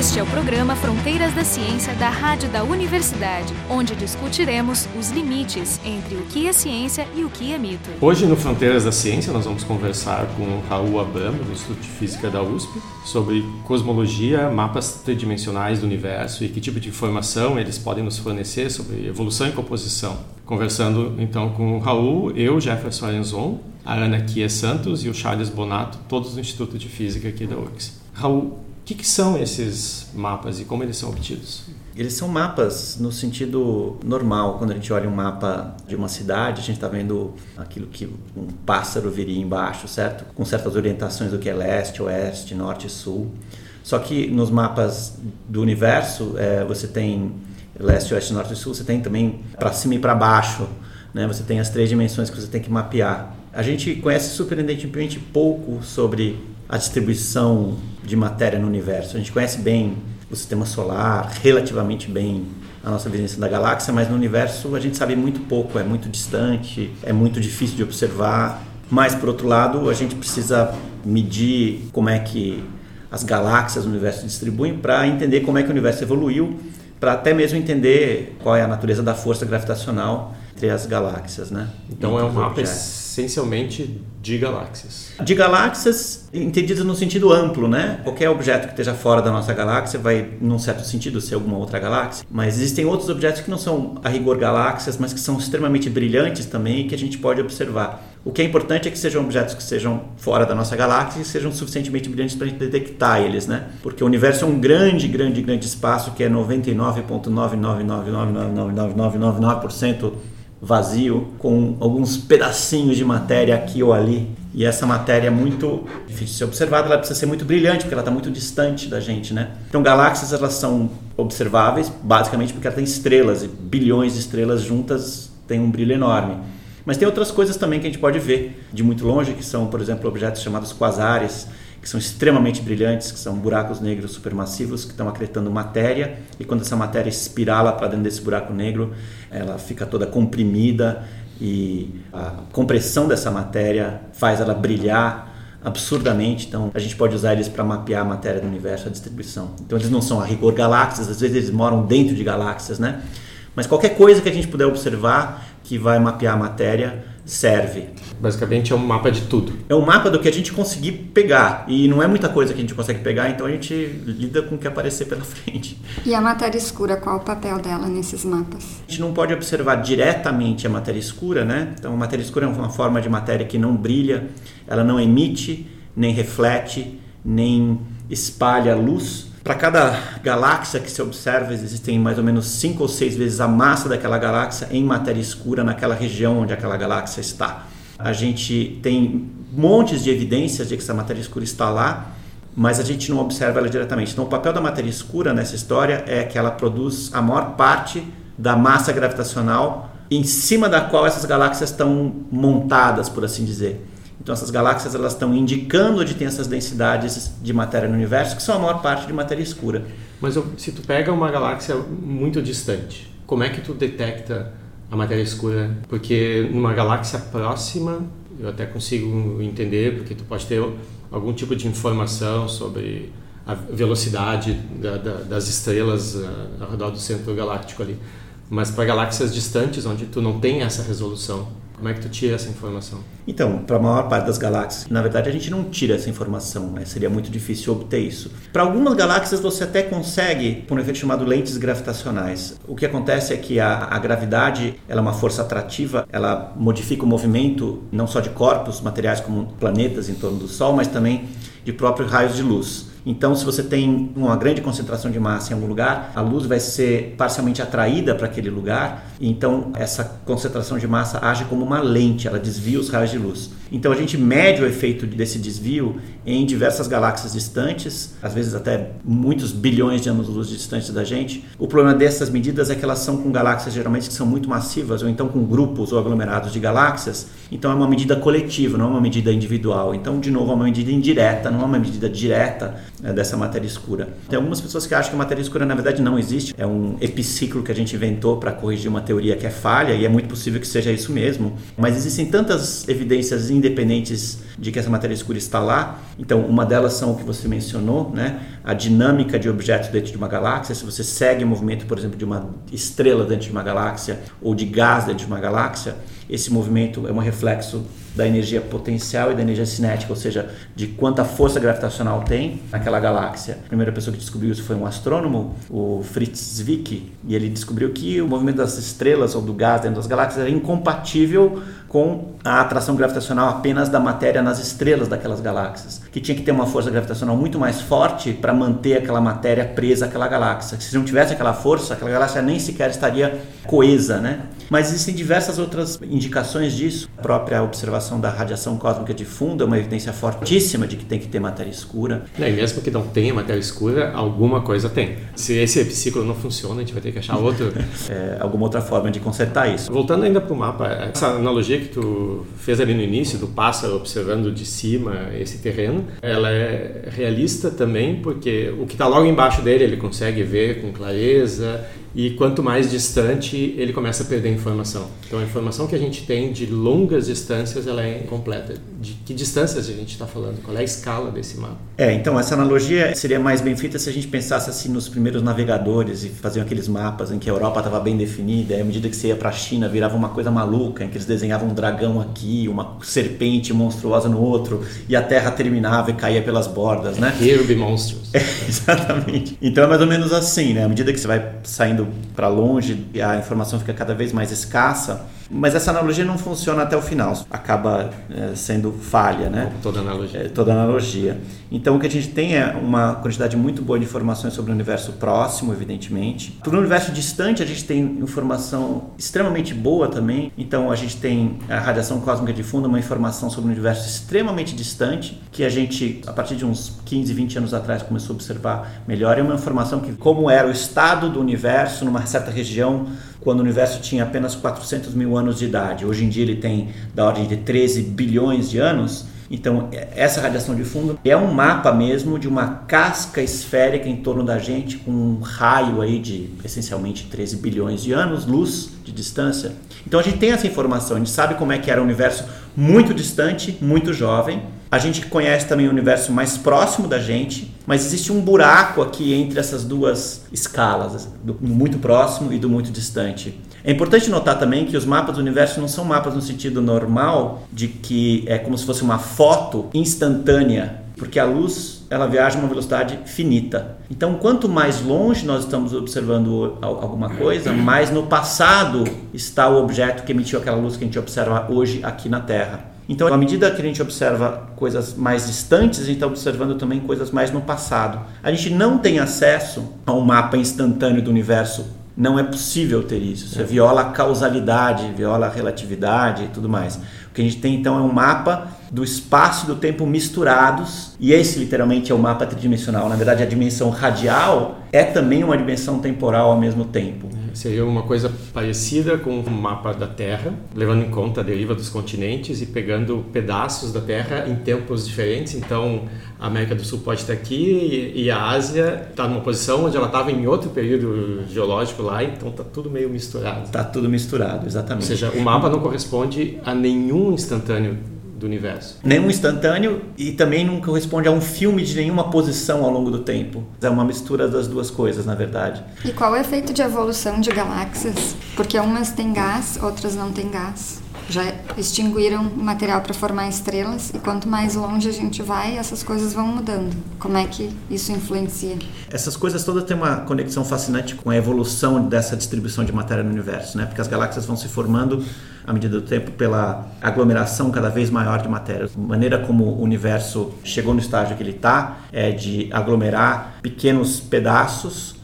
Este é o programa Fronteiras da Ciência da Rádio da Universidade, onde discutiremos os limites entre o que é ciência e o que é mito. Hoje no Fronteiras da Ciência nós vamos conversar com o Raul Abram, do Instituto de Física da USP, sobre cosmologia, mapas tridimensionais do universo e que tipo de informação eles podem nos fornecer sobre evolução e composição. Conversando então com o Raul, eu, Jefferson Arenzon, a Ana Kia Santos e o Charles Bonato, todos do Instituto de Física aqui da UFRGS. Raul, o que são esses mapas e como eles são obtidos? Eles são mapas no sentido normal. Quando a gente olha um mapa de uma cidade, a gente está vendo aquilo que um pássaro viria embaixo, certo? Com certas orientações do que é leste, oeste, norte e sul. Só que nos mapas do universo, você tem leste, oeste, norte e sul, você tem também para cima e para baixo, né? Você tem as três dimensões que você tem que mapear. A gente conhece surpreendentemente pouco sobre a distribuição de matéria no universo. A gente conhece bem o sistema solar, relativamente bem a nossa vivência da galáxia, mas no universo a gente sabe muito pouco, é muito distante, é muito difícil de observar. Mas, por outro lado, a gente precisa medir como é que as galáxias no universo se distribuem para entender como é que o universo evoluiu, para até mesmo entender qual é a natureza da força gravitacional entre as galáxias, né? Então é um mapa essencialmente de galáxias. De galáxias entendidas no sentido amplo, né? Qualquer objeto que esteja fora da nossa galáxia vai, num certo sentido, ser alguma outra galáxia. Mas existem outros objetos que não são a rigor galáxias, mas que são extremamente brilhantes também e que a gente pode observar. O que é importante é que sejam objetos que sejam fora da nossa galáxia e sejam suficientemente brilhantes para a gente detectar eles, né? Porque o universo é um grande espaço que é 99,9999999% vazio, com alguns pedacinhos de matéria aqui ou ali. E essa matéria é muito difícil de ser observada, ela precisa ser muito brilhante, porque ela está muito distante da gente, né? Então, galáxias, elas são observáveis, basicamente porque ela tem estrelas, e bilhões de estrelas juntas têm um brilho enorme. Mas tem outras coisas também que a gente pode ver de muito longe, que são, por exemplo, objetos chamados quasares, que são extremamente brilhantes, que são buracos negros supermassivos que estão acretando matéria, e quando essa matéria espirala para dentro desse buraco negro, ela fica toda comprimida e a compressão dessa matéria faz ela brilhar absurdamente. Então a gente pode usar eles para mapear a matéria do universo, a distribuição. Então eles não são a rigor galáxias, às vezes eles moram dentro de galáxias, né? Mas qualquer coisa que a gente puder observar que vai mapear a matéria serve. Basicamente é um mapa de tudo. É um mapa do que a gente conseguir pegar. E não é muita coisa que a gente consegue pegar, então a gente lida com o que aparecer pela frente. E a matéria escura, qual o papel dela nesses mapas? A gente não pode observar diretamente a matéria escura, né? Então a matéria escura é uma forma de matéria que não brilha, ela não emite, nem reflete, nem espalha luz. Para cada galáxia que se observa, existem mais ou menos 5 ou 6 vezes a massa daquela galáxia em matéria escura naquela região onde aquela galáxia está. A gente tem montes de evidências de que essa matéria escura está lá, mas a gente não observa ela diretamente. Então o papel da matéria escura nessa história é que ela produz a maior parte da massa gravitacional em cima da qual essas galáxias estão montadas, por assim dizer. Então essas galáxias, elas estão indicando onde tem essas densidades de matéria no universo, que são a maior parte de matéria escura. Mas se tu pega uma galáxia muito distante, como é que tu detecta a matéria escura? Porque numa galáxia próxima, eu até consigo entender, porque tu pode ter algum tipo de informação sobre a velocidade das estrelas ao redor do centro galáctico ali. Mas para galáxias distantes, onde tu não tem essa resolução, como é que tu tira essa informação? Então, para a maior parte das galáxias, na verdade a gente não tira essa informação, né? Seria muito difícil obter isso. Para algumas galáxias você até consegue por um efeito chamado lentes gravitacionais. O que acontece é que a gravidade, ela é uma força atrativa, ela modifica o movimento não só de corpos materiais como planetas em torno do Sol, mas também de próprios raios de luz. Então, se você tem uma grande concentração de massa em algum lugar, a luz vai ser parcialmente atraída para aquele lugar. Então, essa concentração de massa age como uma lente, ela desvia os raios de luz. Então, a gente mede o efeito desse desvio em diversas galáxias distantes, às vezes até muitos bilhões de anos-luz distantes da gente. O problema dessas medidas é que elas são com galáxias geralmente que são muito massivas, ou então com grupos ou aglomerados de galáxias. Então, é uma medida coletiva, não é uma medida individual. Então, de novo, é uma medida indireta, não é uma medida direta dessa matéria escura. Tem algumas pessoas que acham que a matéria escura na verdade não existe, é um epiciclo que a gente inventou para corrigir uma teoria que é falha, e é muito possível que seja isso mesmo, mas existem tantas evidências independentes de que essa matéria escura está lá. Então, uma delas são o que você mencionou, né? A dinâmica de objetos dentro de uma galáxia. Se você segue o movimento, por exemplo, de uma estrela dentro de uma galáxia ou de gás dentro de uma galáxia, esse movimento é um reflexo da energia potencial e da energia cinética, ou seja, de quanta força gravitacional tem naquela galáxia. A primeira pessoa que descobriu isso foi um astrônomo, o Fritz Zwicky, e ele descobriu que o movimento das estrelas ou do gás dentro das galáxias era incompatível com a atração gravitacional apenas da matéria nas estrelas daquelas galáxias, que tinha que ter uma força gravitacional muito mais forte para manter aquela matéria presa àquela galáxia. Se não tivesse aquela força, aquela galáxia nem sequer estaria coesa, né? Mas existem diversas outras indicações disso. A própria observação da radiação cósmica de fundo é uma evidência fortíssima de que tem que ter matéria escura. E mesmo que não tenha matéria escura, alguma coisa tem. Se esse epiciclo não funciona, a gente vai ter que achar outro. Alguma outra forma de consertar isso. Voltando ainda para o mapa, essa analogia que tu fez ali no início, do pássaro observando de cima esse terreno, ela é realista também, porque o que está logo embaixo dele ele consegue ver com clareza, e quanto mais distante ele começa a perder informação. Então a informação que a gente tem de longas distâncias ela é incompleta. De que distâncias a gente está falando? Qual é a escala desse mapa? Então essa analogia seria mais bem feita se a gente pensasse assim nos primeiros navegadores e faziam aqueles mapas em que a Europa estava bem definida, e à medida que você ia para a China virava uma coisa maluca, em que eles desenhavam um dragão aqui, uma serpente monstruosa no outro, e a Terra terminava e caía pelas bordas, né? Kirby Monsters. Exatamente. Então é mais ou menos assim, né? À medida que você vai saindo para longe, a informação fica cada vez mais escassa, mas essa analogia não funciona até o final, acaba sendo falha, né? Como toda analogia. Toda analogia. Então o que a gente tem é uma quantidade muito boa de informações sobre o universo próximo, evidentemente. Para o universo distante a gente tem informação extremamente boa também. Então a gente tem a radiação cósmica de fundo, uma informação sobre o universo extremamente distante, que a gente, a partir de uns 15, 20 anos atrás, começou a observar melhor. É uma informação que, como era o estado do universo numa certa região, quando o universo tinha apenas 400 mil anos de idade. Hoje em dia ele tem da ordem de 13 bilhões de anos. Então essa radiação de fundo é um mapa mesmo de uma casca esférica em torno da gente, com um raio aí de essencialmente 13 bilhões de anos, luz de distância. Então a gente tem essa informação, a gente sabe como é que era o universo muito distante, muito jovem. A gente conhece também o universo mais próximo da gente, mas existe um buraco aqui entre essas duas escalas, do muito próximo e do muito distante. É importante notar também que os mapas do universo não são mapas no sentido normal, de que é como se fosse uma foto instantânea, porque a luz ela viaja a uma velocidade finita. Então, quanto mais longe nós estamos observando alguma coisa, mais no passado está o objeto que emitiu aquela luz que a gente observa hoje aqui na Terra. Então, à medida que a gente observa coisas mais distantes, a gente está observando também coisas mais no passado. A gente não tem acesso a um mapa instantâneo do universo. Não é possível ter isso. Isso viola a causalidade, viola a relatividade e tudo mais. O que a gente tem, então, é um mapa do espaço e do tempo misturados, e esse literalmente é o mapa tridimensional. Na verdade, a dimensão radial é também uma dimensão temporal ao mesmo tempo. Seria uma coisa parecida com o mapa da Terra, levando em conta a deriva dos continentes e pegando pedaços da Terra em tempos diferentes. Então, a América do Sul pode estar aqui e a Ásia está numa posição onde ela estava em outro período geológico lá, então está tudo meio misturado. Está tudo misturado, exatamente. Ou seja, o mapa não corresponde a nenhum instantâneo do universo. Nenhum instantâneo, e também não corresponde a um filme de nenhuma posição ao longo do tempo. É uma mistura das duas coisas, na verdade. E qual é o efeito de evolução de galáxias? Porque umas têm gás, outras não têm gás. Já extinguiram material para formar estrelas, e quanto mais longe a gente vai, essas coisas vão mudando. Como é que isso influencia? Essas coisas todas têm uma conexão fascinante com a evolução dessa distribuição de matéria no universo, né? Porque as galáxias vão se formando à medida do tempo pela aglomeração cada vez maior de matéria. A maneira como o universo chegou no estágio que ele está é de aglomerar pequenos pedaços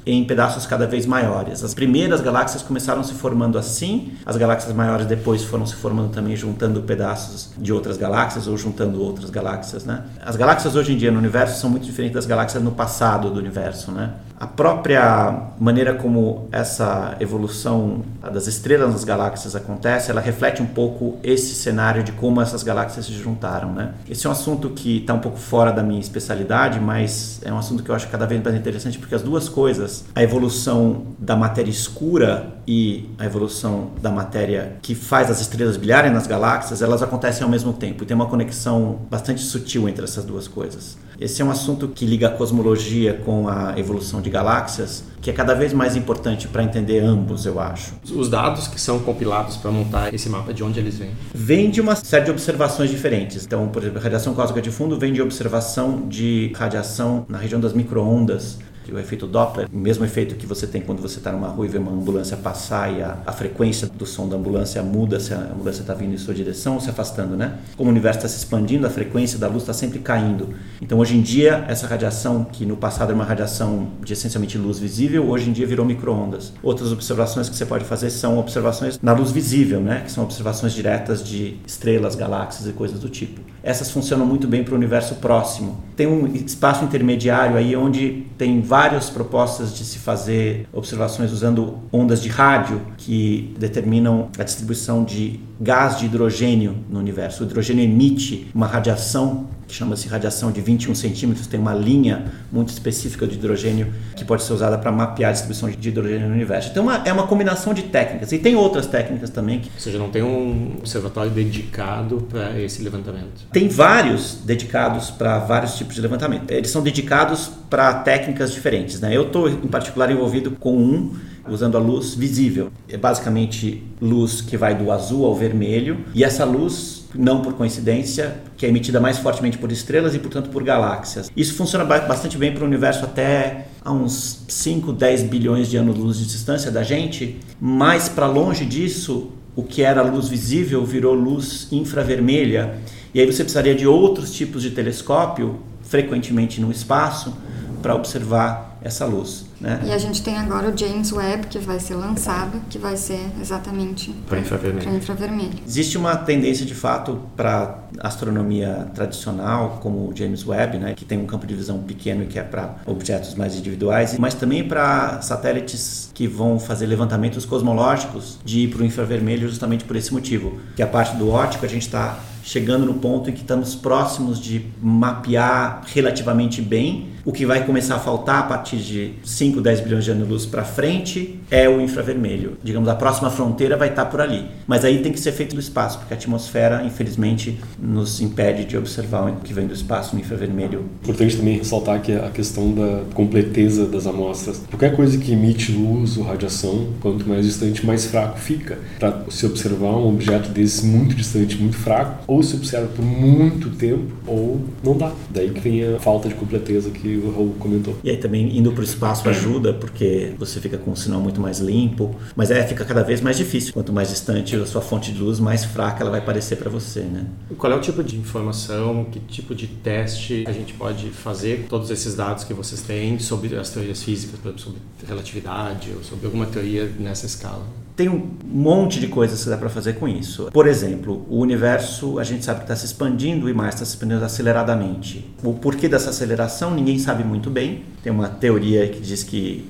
em pedaços cada vez maiores. As primeiras galáxias começaram se formando assim, as galáxias maiores depois foram se formando também juntando pedaços de outras galáxias ou juntando outras galáxias, né? As galáxias hoje em dia no universo são muito diferentes das galáxias no passado do universo, né? A própria maneira como essa evolução das estrelas nas galáxias acontece, ela reflete um pouco esse cenário de como essas galáxias se juntaram, né? Esse é um assunto que está um pouco fora da minha especialidade, mas é um assunto que eu acho cada vez mais interessante, porque as duas coisas, a evolução da matéria escura e a evolução da matéria que faz as estrelas brilharem nas galáxias, elas acontecem ao mesmo tempo e tem uma conexão bastante sutil entre essas duas coisas. Esse é um assunto que liga a cosmologia com a evolução de galáxias, que é cada vez mais importante para entender ambos, eu acho. Os dados que são compilados para montar esse mapa, de onde eles vêm? Vem de uma série de observações diferentes. Então, por exemplo, a radiação cósmica de fundo vem de observação de radiação na região das micro-ondas, o efeito Doppler, o mesmo efeito que você tem quando você está numa rua e vê uma ambulância passar e a frequência do som da ambulância muda se a ambulância está vindo em sua direção ou se afastando, né? Como o universo está se expandindo, a frequência da luz está sempre caindo. Então, hoje em dia, essa radiação, que no passado era uma radiação de essencialmente luz visível, hoje em dia virou micro-ondas. Outras observações que você pode fazer são observações na luz visível, né? Que são observações diretas de estrelas, galáxias e coisas do tipo. Essas funcionam muito bem para o universo próximo. Tem um espaço intermediário aí onde tem várias propostas de se fazer observações usando ondas de rádio que determinam a distribuição de gás de hidrogênio no universo. O hidrogênio emite uma radiação que chama-se radiação de 21 centímetros, tem uma linha muito específica de hidrogênio que pode ser usada para mapear a distribuição de hidrogênio no universo. Então é uma combinação de técnicas, e tem outras técnicas também. Ou seja, não tem um observatório dedicado para esse levantamento? Tem vários dedicados para vários tipos de levantamento. Eles são dedicados para técnicas diferentes, né? Eu estou, em particular, envolvido com um usando a luz visível. É basicamente luz que vai do azul ao vermelho, e essa luz, não por coincidência, que é emitida mais fortemente por estrelas e, portanto, por galáxias. Isso funciona bastante bem para o universo até a uns 5, 10 bilhões de anos-luz de distância da gente, mas para longe disso, o que era luz visível virou luz infravermelha, e aí você precisaria de outros tipos de telescópio, frequentemente no espaço, para observar essa luz, né? E a gente tem agora o James Webb, que vai ser lançado, que vai ser exatamente para infravermelho. Existe uma tendência, de fato, para astronomia tradicional, como o James Webb, né, que tem um campo de visão pequeno e que é para objetos mais individuais, mas também para satélites que vão fazer levantamentos cosmológicos de ir para o infravermelho justamente por esse motivo. Que a parte do óptico a gente está chegando no ponto em que estamos próximos de mapear relativamente bem. O que vai começar a faltar a partir de 5, 10 bilhões de anos-luz para frente é o infravermelho. Digamos, a próxima fronteira vai estar por ali. Mas aí tem que ser feito do espaço, porque a atmosfera, infelizmente, nos impede de observar o que vem do espaço no infravermelho. Importante também ressaltar que a questão da completeza das amostras. Qualquer coisa que emite luz ou radiação, quanto mais distante, mais fraco fica. Para se observar um objeto desse muito distante, muito fraco, ou se observa por muito tempo, ou não dá. Daí que vem a falta de completeza que o Raul comentou. E aí também indo para o espaço ajuda, porque você fica com um sinal muito mais limpo, mas fica cada vez mais difícil. Quanto mais distante a sua fonte de luz, mais fraca ela vai parecer para você, né? Qual é o tipo de informação, que tipo de teste a gente pode fazer com todos esses dados que vocês têm sobre as teorias físicas, por exemplo, sobre relatividade ou sobre alguma teoria nessa escala? Tem um monte de coisas que dá para fazer com isso. Por exemplo, o universo, a gente sabe que está se expandindo e mais está se expandindo aceleradamente. O porquê dessa aceleração ninguém sabe muito bem. Tem uma teoria que diz que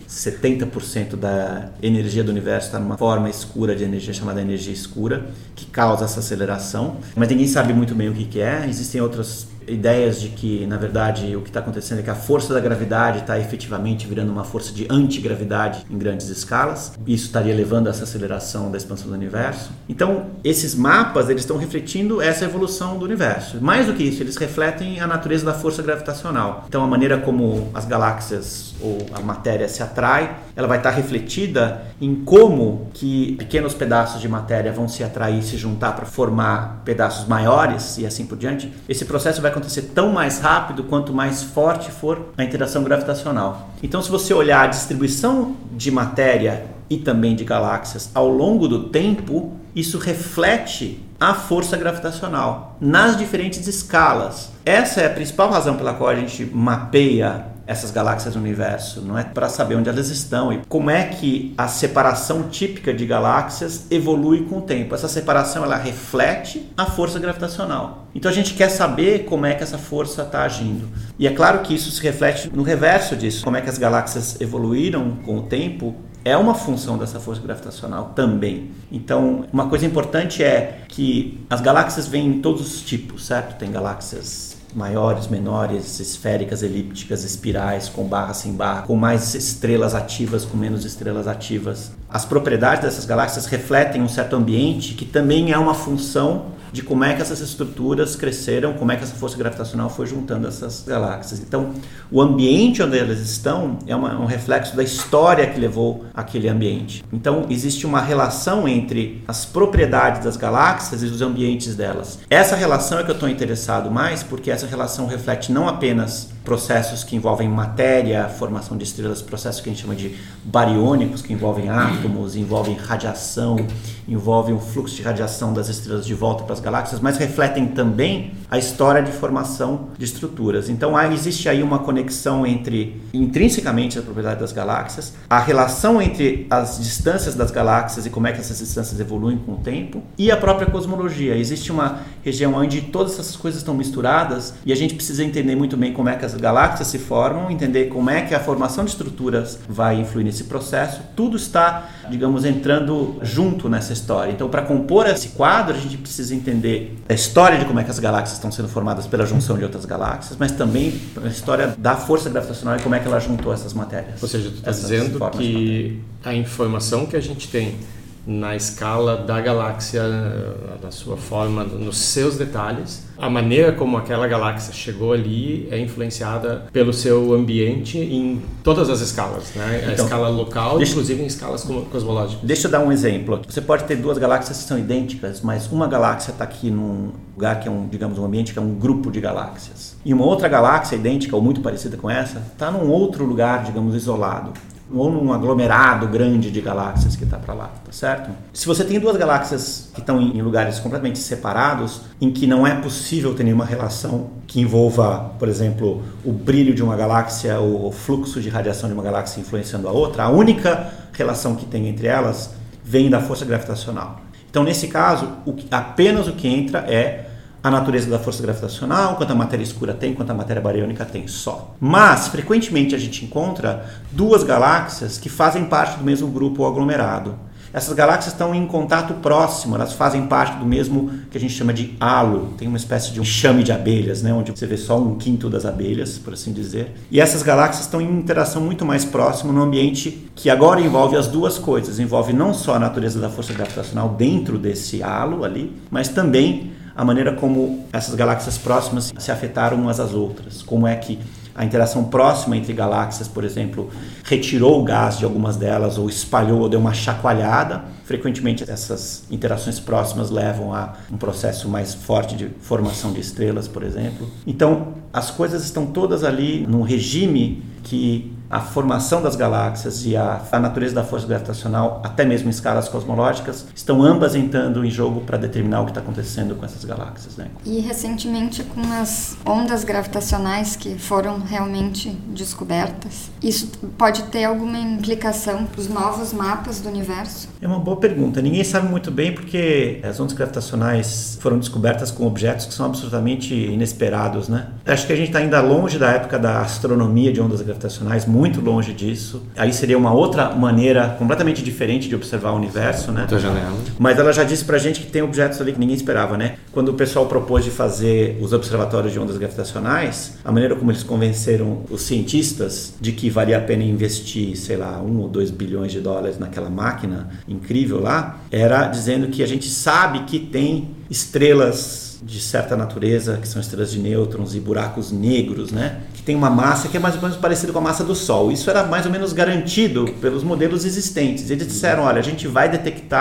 70% da energia do universo está numa forma escura de energia chamada energia escura, que causa essa aceleração, mas ninguém sabe muito bem o que é. Existem outras ideias de que, na verdade, o que está acontecendo é que a força da gravidade está efetivamente virando uma força de antigravidade em grandes escalas. Isso estaria levando a essa aceleração da expansão do universo. Então, esses mapas eles estão refletindo essa evolução do universo. Mais do que isso, eles refletem a natureza da força gravitacional. Então, a maneira como as galáxias ou a matéria se atrai, ela vai estar refletida em como que pequenos pedaços de matéria vão se atrair e se juntar para formar pedaços maiores e assim por diante. Esse processo vai acontecer tão mais rápido quanto mais forte for a interação gravitacional. Então, se você olhar a distribuição de matéria e também de galáxias ao longo do tempo, isso reflete a força gravitacional nas diferentes escalas. Essa é a principal razão pela qual a gente mapeia essas galáxias no universo, não é para saber onde elas estão e como é que a separação típica de galáxias evolui com o tempo. Essa separação ela reflete a força gravitacional. Então a gente quer saber como é que essa força está agindo. E é claro que isso se reflete no reverso disso, como é que as galáxias evoluíram com o tempo. É uma função dessa força gravitacional também. Então, uma coisa importante é que as galáxias vêm em todos os tipos, certo? Tem galáxias maiores, menores, esféricas, elípticas, espirais, com barra, sem barra, com mais estrelas ativas, com menos estrelas ativas. As propriedades dessas galáxias refletem um certo ambiente que também é uma função de como é que essas estruturas cresceram, como é que essa força gravitacional foi juntando essas galáxias. Então, o ambiente onde elas estão é um reflexo da história que levou aquele ambiente. Então, existe uma relação entre as propriedades das galáxias e os ambientes delas. Essa relação é que eu estou interessado mais, porque essa relação reflete não apenas processos que envolvem matéria, formação de estrelas, processos que a gente chama de bariônicos, que envolvem átomos, envolvem radiação, envolvem o fluxo de radiação das estrelas de volta para as galáxias, mas refletem também a história de formação de estruturas. Então existe aí uma conexão entre, intrinsecamente, a propriedade das galáxias, a relação entre as distâncias das galáxias e como é que essas distâncias evoluem com o tempo, e a própria cosmologia. Existe uma região onde todas essas coisas estão misturadas e a gente precisa entender muito bem como é que as galáxias se formam, entender como é que a formação de estruturas vai influir nesse processo. Tudo está, digamos, entrando junto nessa história. Então, para compor esse quadro, a gente precisa entender a história de como é que as galáxias estão sendo formadas pela junção de outras galáxias, mas também a história da força gravitacional e como é que ela juntou essas matérias. Ou seja, tu está dizendo que a informação que a gente tem na escala da galáxia, na sua forma, nos seus detalhes, a maneira como aquela galáxia chegou ali é influenciada pelo seu ambiente em todas as escalas, né? A escala local, inclusive em escalas cosmológicas. Deixa eu dar um exemplo. Você pode ter duas galáxias que são idênticas, mas uma galáxia está aqui num lugar que é um ambiente que é um grupo de galáxias. E uma outra galáxia idêntica ou muito parecida com essa está num outro lugar, digamos, isolado, ou num aglomerado grande de galáxias que está para lá, tá certo? Se você tem duas galáxias que estão em lugares completamente separados, em que não é possível ter nenhuma relação que envolva, por exemplo, o brilho de uma galáxia ou o fluxo de radiação de uma galáxia influenciando a outra, a única relação que tem entre elas vem da força gravitacional. Então, nesse caso, apenas o que entra é a natureza da força gravitacional, quanta matéria escura tem, quanta matéria bariônica tem, só. Mas, frequentemente, a gente encontra duas galáxias que fazem parte do mesmo grupo ou aglomerado. Essas galáxias estão em contato próximo, elas fazem parte do mesmo que a gente chama de halo. Tem uma espécie de um enxame de abelhas, né, onde você vê só 1/5 das abelhas, por assim dizer. E essas galáxias estão em interação muito mais próxima num ambiente que agora envolve as duas coisas. Envolve não só a natureza da força gravitacional dentro desse halo ali, mas também a maneira como essas galáxias próximas se afetaram umas às outras. Como é que a interação próxima entre galáxias, por exemplo, retirou o gás de algumas delas ou espalhou ou deu uma chacoalhada. Frequentemente essas interações próximas levam a um processo mais forte de formação de estrelas, por exemplo. Então, as coisas estão todas ali num regime que a formação das galáxias e a natureza da força gravitacional, até mesmo em escalas cosmológicas, estão ambas entrando em jogo para determinar o que está acontecendo com essas galáxias, né? E recentemente, com as ondas gravitacionais que foram realmente descobertas, isso pode ter alguma implicação para os novos mapas do universo? É uma boa pergunta. Ninguém sabe muito bem porque as ondas gravitacionais foram descobertas com objetos que são absolutamente inesperados, né? Acho que a gente está ainda longe da época da astronomia de ondas gravitacionais, muito longe disso. Aí seria uma outra maneira completamente diferente de observar o universo, né? Outra janela. Mas ela já disse pra gente que tem objetos ali que ninguém esperava, né? Quando o pessoal propôs de fazer os observatórios de ondas gravitacionais, a maneira como eles convenceram os cientistas de que valia a pena investir, sei lá, 1 ou 2 bilhões de dólares naquela máquina incrível lá, era dizendo que a gente sabe que tem estrelas de certa natureza, que são estrelas de nêutrons e buracos negros, né? Que tem uma massa que é mais ou menos parecida com a massa do Sol. Isso era mais ou menos garantido pelos modelos existentes. Eles disseram, olha, a gente vai detectar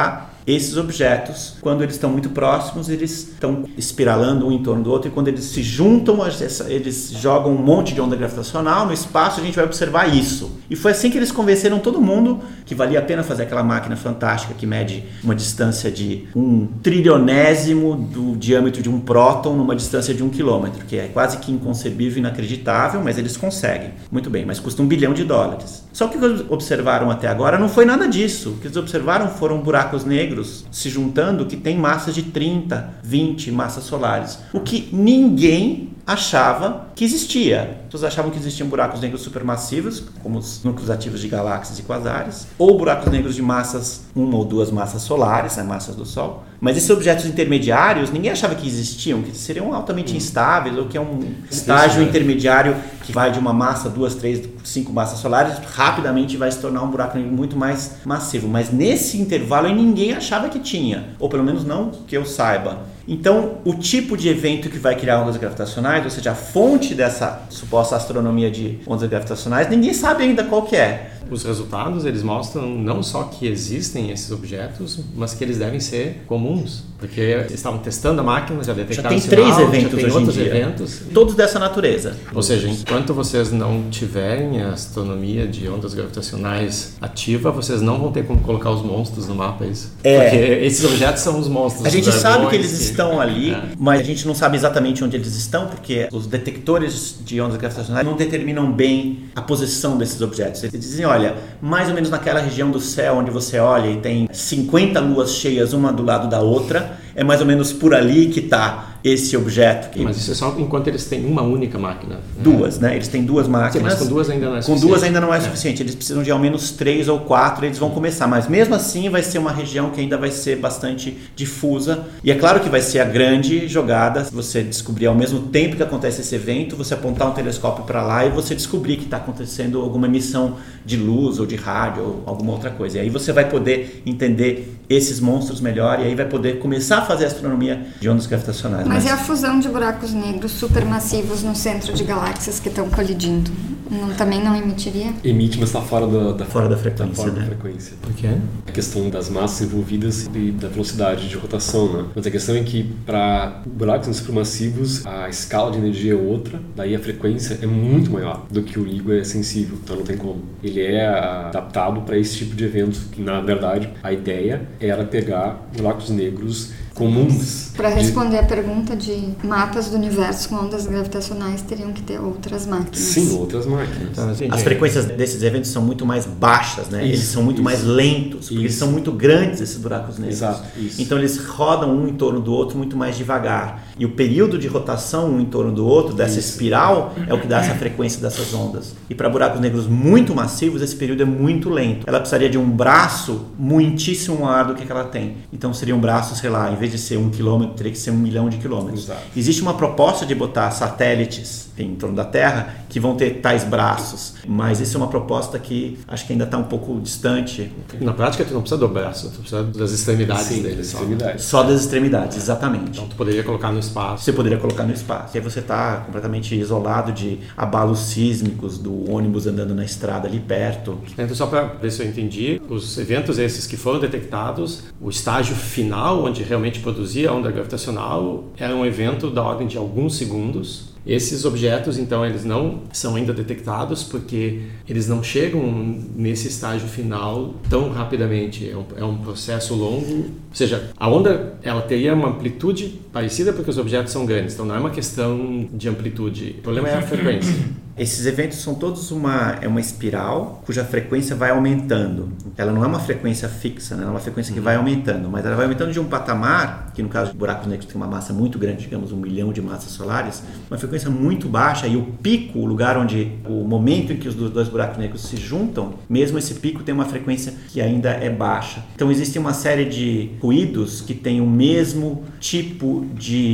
esses objetos, quando eles estão muito próximos, eles estão espiralando um em torno do outro, e quando eles se juntam, eles jogam um monte de onda gravitacional no espaço, a gente vai observar isso. E foi assim que eles convenceram todo mundo que valia a pena fazer aquela máquina fantástica que mede uma distância de 1/trilionésimo do diâmetro de um próton numa distância de 1 quilômetro, que é quase que inconcebível, inacreditável, mas eles conseguem. Muito bem, mas custa $1 bilhão. Só que o que eles observaram até agora não foi nada disso. O que eles observaram foram buracos negros se juntando que tem massas de 30, 20 massas solares. O que ninguém achava que existia. As pessoas achavam que existiam buracos negros supermassivos, como os núcleos ativos de galáxias e quasares, ou buracos negros de massas, 1 ou 2 massas solares, né, massas do Sol. Mas esses objetos intermediários, ninguém achava que existiam, que seriam altamente instáveis, ou que é um estágio intermediário que vai de uma massa, 2, 3, 5 massas solares, rapidamente vai se tornar um buraco negro muito mais massivo. Mas nesse intervalo aí ninguém achava que tinha, ou pelo menos não que eu saiba. Então, o tipo de evento que vai criar ondas gravitacionais, ou seja, a fonte dessa suposta astronomia de ondas gravitacionais, ninguém sabe ainda qual que é. Os resultados, eles mostram não só que existem esses objetos, mas que eles devem ser comuns, porque eles estavam testando a máquina, já detectaram já tem 3 eventos já tem hoje outros em dia. Eventos. Todos dessa natureza. Ou seja, enquanto vocês não tiverem a astronomia de ondas gravitacionais ativa, vocês não vão ter como colocar os monstros no mapa, é isso? Porque esses objetos são os monstros. A gente sabe que eles estão ali, mas a gente não sabe exatamente onde eles estão, porque os detectores de ondas gravitacionais não determinam bem a posição desses objetos. Eles dizem, olha, mais ou menos naquela região do céu onde você olha e tem 50 luas cheias uma do lado da outra, é mais ou menos por ali que está esse objeto. Mas isso é só enquanto eles têm uma única máquina. Duas, né? Eles têm 2 máquinas. Sim, mas com 2 ainda não é suficiente. Com 2 ainda não é suficiente. Eles precisam de ao menos 3 ou 4, eles vão começar. Mas mesmo assim vai ser uma região que ainda vai ser bastante difusa. E é claro que vai ser a grande jogada, você descobrir ao mesmo tempo que acontece esse evento, você apontar um telescópio para lá e você descobrir que está acontecendo alguma emissão de luz ou de rádio ou alguma outra coisa. E aí você vai poder entender esses monstros melhor e aí vai poder começar a fazer astronomia de ondas gravitacionais. Mas é a fusão de buracos negros supermassivos no centro de galáxias que estão colidindo. Também não emitiria? Emite, mas está fora fora da frequência. Fora da né? frequência. Por quê? A questão das massas envolvidas e da velocidade de rotação, né? Mas a questão é que para buracos supermassivos a escala de energia é outra, daí a frequência é muito maior do que o LIGO é sensível, então não tem como. Ele é adaptado para esse tipo de evento, que na verdade a ideia era pegar buracos negros comuns. Para responder a pergunta de mapas do universo com ondas gravitacionais, teriam que ter outras máquinas. Sim, outras máquinas. Então, assim, As frequências desses eventos são muito mais baixas, né? Eles são muito mais lentos, porque eles são muito grandes, esses buracos negros. Exato, isso. Então eles rodam um em torno do outro muito mais devagar. E o período de rotação um em torno do outro, dessa espiral, é o que dá essa frequência dessas ondas. E para buracos negros muito massivos, esse período é muito lento. Ela precisaria de um braço muitíssimo maior do que ela tem. Então seria um braço, sei lá, em vez de ser 1 quilômetro, teria que ser 1 milhão de quilômetros. Exato. Existe uma proposta de botar satélites em torno da Terra que vão ter tais braços, mas isso é uma proposta que acho que ainda está um pouco distante. Na prática, tu não precisa do braço, tu precisa das extremidades dele. Das extremidades. Só das extremidades, exatamente. Então, tu poderia colocar no espaço. Você poderia colocar no espaço. E aí você está completamente isolado de abalos sísmicos do ônibus andando na estrada ali perto. Então, só para ver se eu entendi, os eventos esses que foram detectados, o estágio final, onde realmente produzia a onda gravitacional, era um evento da ordem de alguns segundos. Esses objetos, então, eles não são ainda detectados porque eles não chegam nesse estágio final tão rapidamente. É um processo longo. Ou seja, a onda ela teria uma amplitude parecida porque os objetos são grandes. Então, não é uma questão de amplitude. O problema é a frequência. Esses eventos são todos uma espiral cuja frequência vai aumentando. Ela não é uma frequência fixa, né? É uma frequência que vai aumentando, mas ela vai aumentando de um patamar, que no caso de buracos negros tem uma massa muito grande, digamos 1 milhão de massas solares, uma frequência muito baixa, e o pico, o lugar onde, o momento em que os dois buracos negros se juntam, mesmo esse pico tem uma frequência que ainda é baixa. Então existe uma série de ruídos que têm o mesmo tipo de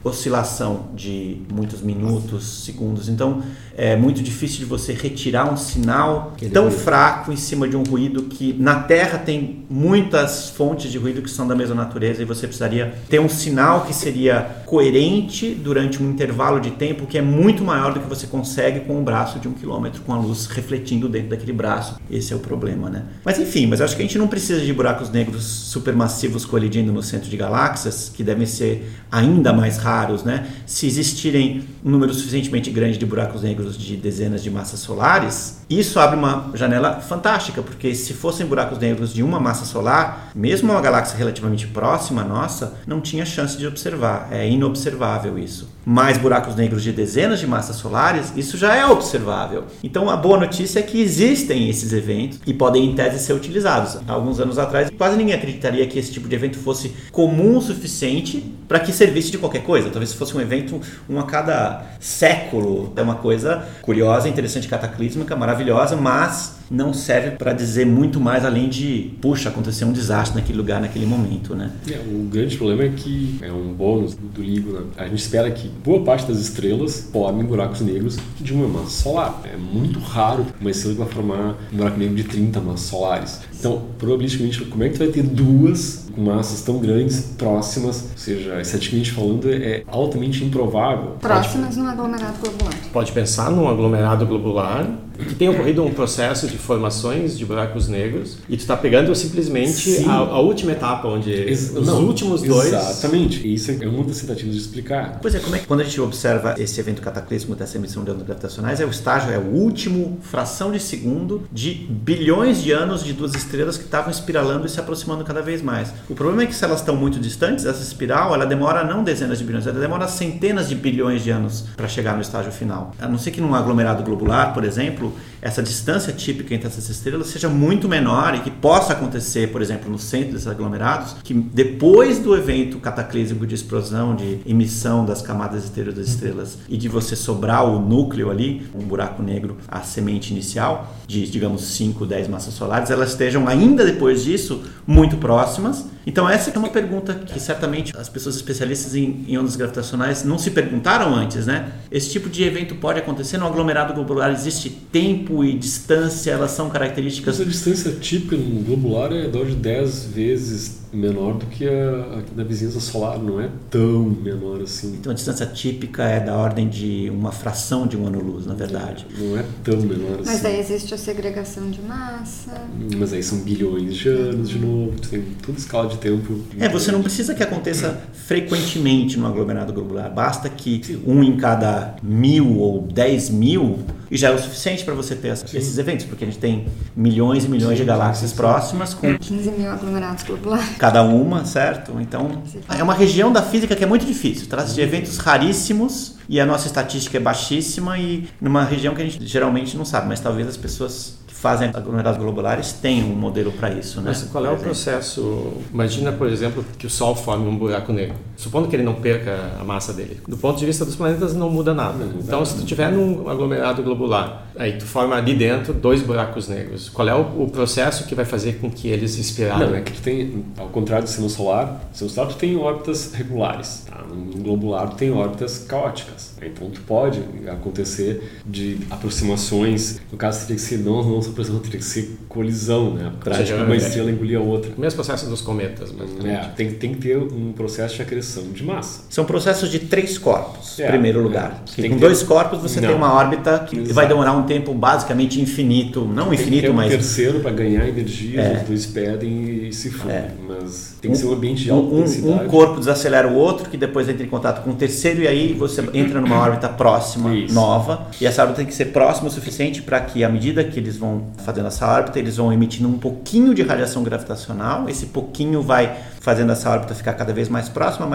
oscilação de muitos minutos, segundos. Então, é muito difícil de você retirar um sinal tão fraco em cima de um ruído que na Terra tem muitas fontes de ruído que são da mesma natureza e você precisaria ter um sinal que seria coerente durante um intervalo de tempo que é muito maior do que você consegue com um braço de 1 quilômetro, com a luz refletindo dentro daquele braço. Esse é o problema, né? Mas enfim, mas acho que a gente não precisa de buracos negros supermassivos colidindo no centro de galáxias, que devem ser ainda mais raros, né? Se existirem um número suficientemente grande de buracos negros de dezenas de massas solares, isso abre uma janela fantástica, porque se fossem buracos negros de uma massa solar, mesmo uma galáxia relativamente próxima nossa, não tinha chance de observar. É inobservável isso. Mas buracos negros de dezenas de massas solares, isso já é observável. Então a boa notícia é que existem esses eventos e podem em tese ser utilizados. Há alguns anos atrás, quase ninguém acreditaria que esse tipo de evento fosse comum o suficiente para que servisse de qualquer coisa. Talvez fosse um evento a cada século. É uma coisa curiosa, interessante, cataclísmica, maravilhosa, mas não serve para dizer muito mais além de, puxa, aconteceu um desastre naquele lugar, naquele momento, né? O grande problema é que é um bônus do LIGO, né? A gente espera que boa parte das estrelas formem buracos negros de uma massa solar. É muito raro uma estrela que vai formar um buraco negro de 30 massas solares. Então, probabilisticamente, como é que tu vai ter duas massas tão grandes, próximas? Ou seja, estatisticamente falando, é altamente improvável. Próximas num aglomerado globular. Pode pensar num aglomerado globular que tem ocorrido um processo de formações de buracos negros e tu está pegando simplesmente a última etapa, onde os últimos dois... Exatamente. Isso é uma das tentativas de explicar. Pois é, como é que quando a gente observa esse evento cataclísmico dessa emissão de ondas gravitacionais, o estágio é o último fração de segundo de bilhões de anos de duas estrelas que estavam espiralando e se aproximando cada vez mais. O problema é que se elas estão muito distantes, essa espiral, ela demora não dezenas de bilhões, ela demora centenas de bilhões de anos para chegar no estágio final. A não ser que num aglomerado globular, por exemplo, essa distância típica entre essas estrelas seja muito menor e que possa acontecer, por exemplo, no centro desses aglomerados, que depois do evento cataclísmico de explosão, de emissão das camadas exteriores das estrelas e de você sobrar o núcleo ali, um buraco negro, a semente inicial, de, digamos, 5, 10 massas solares, elas estejam ainda depois disso muito próximas. Então essa é uma pergunta que certamente as pessoas especialistas em ondas gravitacionais não se perguntaram antes, né? Esse tipo de evento pode acontecer no aglomerado globular? Existe tempo e distância? Elas são características... Essa distância típica no globular é de 10 vezes menor do que a da vizinhança solar, não é tão menor assim. Então a distância típica é da ordem de uma fração de um ano-luz, na verdade. Não é tão menor assim. Mas daí existe a segregação de massa. Mas aí são bilhões de anos de novo, tem toda escala de tempo. Você não precisa que aconteça frequentemente no aglomerado globular, basta que um em cada 1000 ou 10.000 e já é o suficiente para você ter esses eventos, porque a gente tem milhões e milhões de galáxias próximas com 15 mil aglomerados globulares. Cada uma, certo? Então, é uma região da física que é muito difícil. Trata-se de eventos raríssimos e a nossa estatística é baixíssima e numa região que a gente geralmente não sabe, mas talvez as pessoas que fazem aglomerados globulares tenham um modelo para isso, né? Mas qual é o processo? Imagina, por exemplo, que o Sol forme um buraco negro. Supondo que ele não perca a massa dele. Do ponto de vista dos planetas não muda nada. Então, se tu tiver num aglomerado globular, aí tu forma ali dentro 2 buracos negros. Qual é o processo que vai fazer com que eles espiralem? Não, é que tu tem, ao contrário do sistema solar tu tem órbitas regulares, tá? No globular tu tem órbitas caóticas. Então tu pode acontecer de aproximações, no caso teria que ser não aproximação, teria que ser colisão, né? Prática uma estrela engolir a outra. O mesmo processo dos cometas, mas tem que ter um processo de acreção de massa. São processos de 3 corpos, em primeiro lugar. Com 2 corpos você tem uma órbita que vai demorar um tempo basicamente infinito, não infinito, mas... Tem que ter um terceiro para ganhar energia, os dois pedem e se fundem, mas tem que ser um ambiente de alta densidade. Um corpo desacelera o outro, que depois entra em contato com o terceiro e aí você entra numa órbita próxima, nova, e essa órbita tem que ser próxima o suficiente para que, à medida que eles vão fazendo essa órbita, eles vão emitindo um pouquinho de radiação gravitacional, esse pouquinho vai fazendo essa órbita ficar cada vez mais próxima,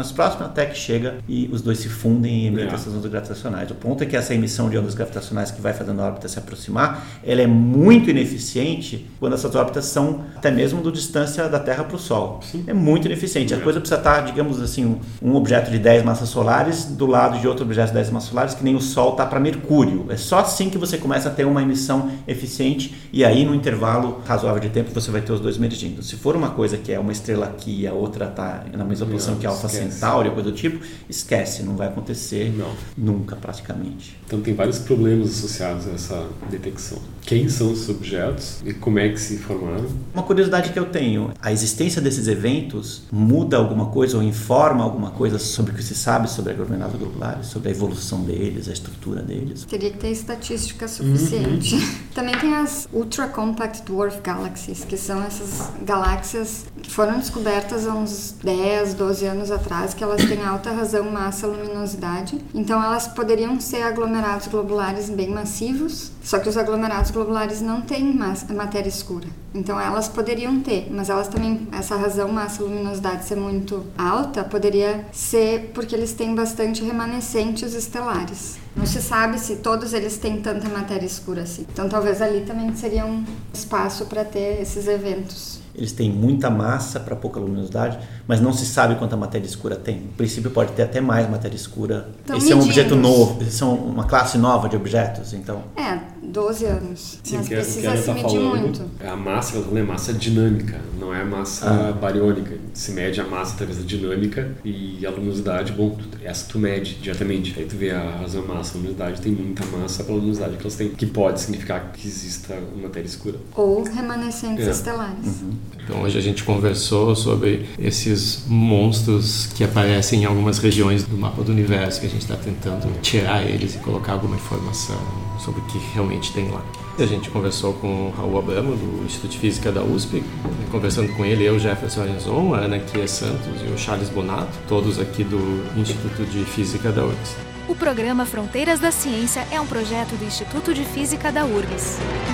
até que chega e os dois se fundem e emitem essas ondas gravitacionais. O ponto é que essa emissão de ondas gravitacionais que vai fazendo a órbita se aproximar, ela é muito ineficiente quando essas órbitas são até mesmo do distância da Terra para o Sol. Sim. É muito ineficiente. A coisa precisa estar, digamos assim, um objeto de 10 massas solares do lado de outro objeto de 10 massas solares, que nem o Sol está para Mercúrio. É só assim que você começa a ter uma emissão eficiente e aí no intervalo razoável de tempo você vai ter os dois mergindo. Se for uma coisa que é uma estrela aqui e a outra está na mesma posição que a Alpha Centauri, coisa do tipo, esquece, não vai acontecer nunca praticamente. Então tem vários problemas associados a essa detecção. Quem são esses objetos e como é que se formaram? Uma curiosidade que eu tenho, a existência desses eventos muda alguma coisa ou informa alguma coisa sobre o que se sabe sobre aglomerados globulares, sobre a evolução deles, a estrutura deles? Teria que ter estatística suficiente. Também tem as Ultra Compact Dwarf Galaxies, que são essas galáxias que foram descobertas há uns 10, 12 anos atrás, que elas têm alta razão, massa, luminosidade. Então elas poderiam ser aglomerados globulares bem massivos, só que os aglomerados globulares não têm matéria escura. Então elas poderiam ter, mas elas também, essa razão, massa, luminosidade ser muito alta, poderia ser porque eles têm bastante remanescentes estelares. Não se sabe se todos eles têm tanta matéria escura assim. Então talvez ali também seria um espaço para ter esses eventos. Eles têm muita massa para pouca luminosidade, mas não se sabe quanta matéria escura tem. No princípio pode ter até mais matéria escura. Esse é um objeto novo, eles são uma classe nova de objetos, então... 12 anos. Sim, mas que precisa se medir muito. A massa, é massa dinâmica, não é massa bariônica. Se mede a massa através da dinâmica e a luminosidade, bom, essa tu mede diretamente. Aí tu vê a razão massa, a luminosidade, tem muita massa pela luminosidade que elas têm, que pode significar que exista uma matéria escura. Ou remanescentes estelares. Então hoje a gente conversou sobre esses monstros que aparecem em algumas regiões do mapa do universo, que a gente está tentando tirar eles e colocar alguma informação sobre o que realmente tem lá. A gente conversou com o Raul Abramo, do Instituto de Física da USP, conversando com ele, eu, Jefferson Arenzon, a Ana Kia Santos e o Charles Bonato, todos aqui do Instituto de Física da URGS. O programa Fronteiras da Ciência é um projeto do Instituto de Física da URGS.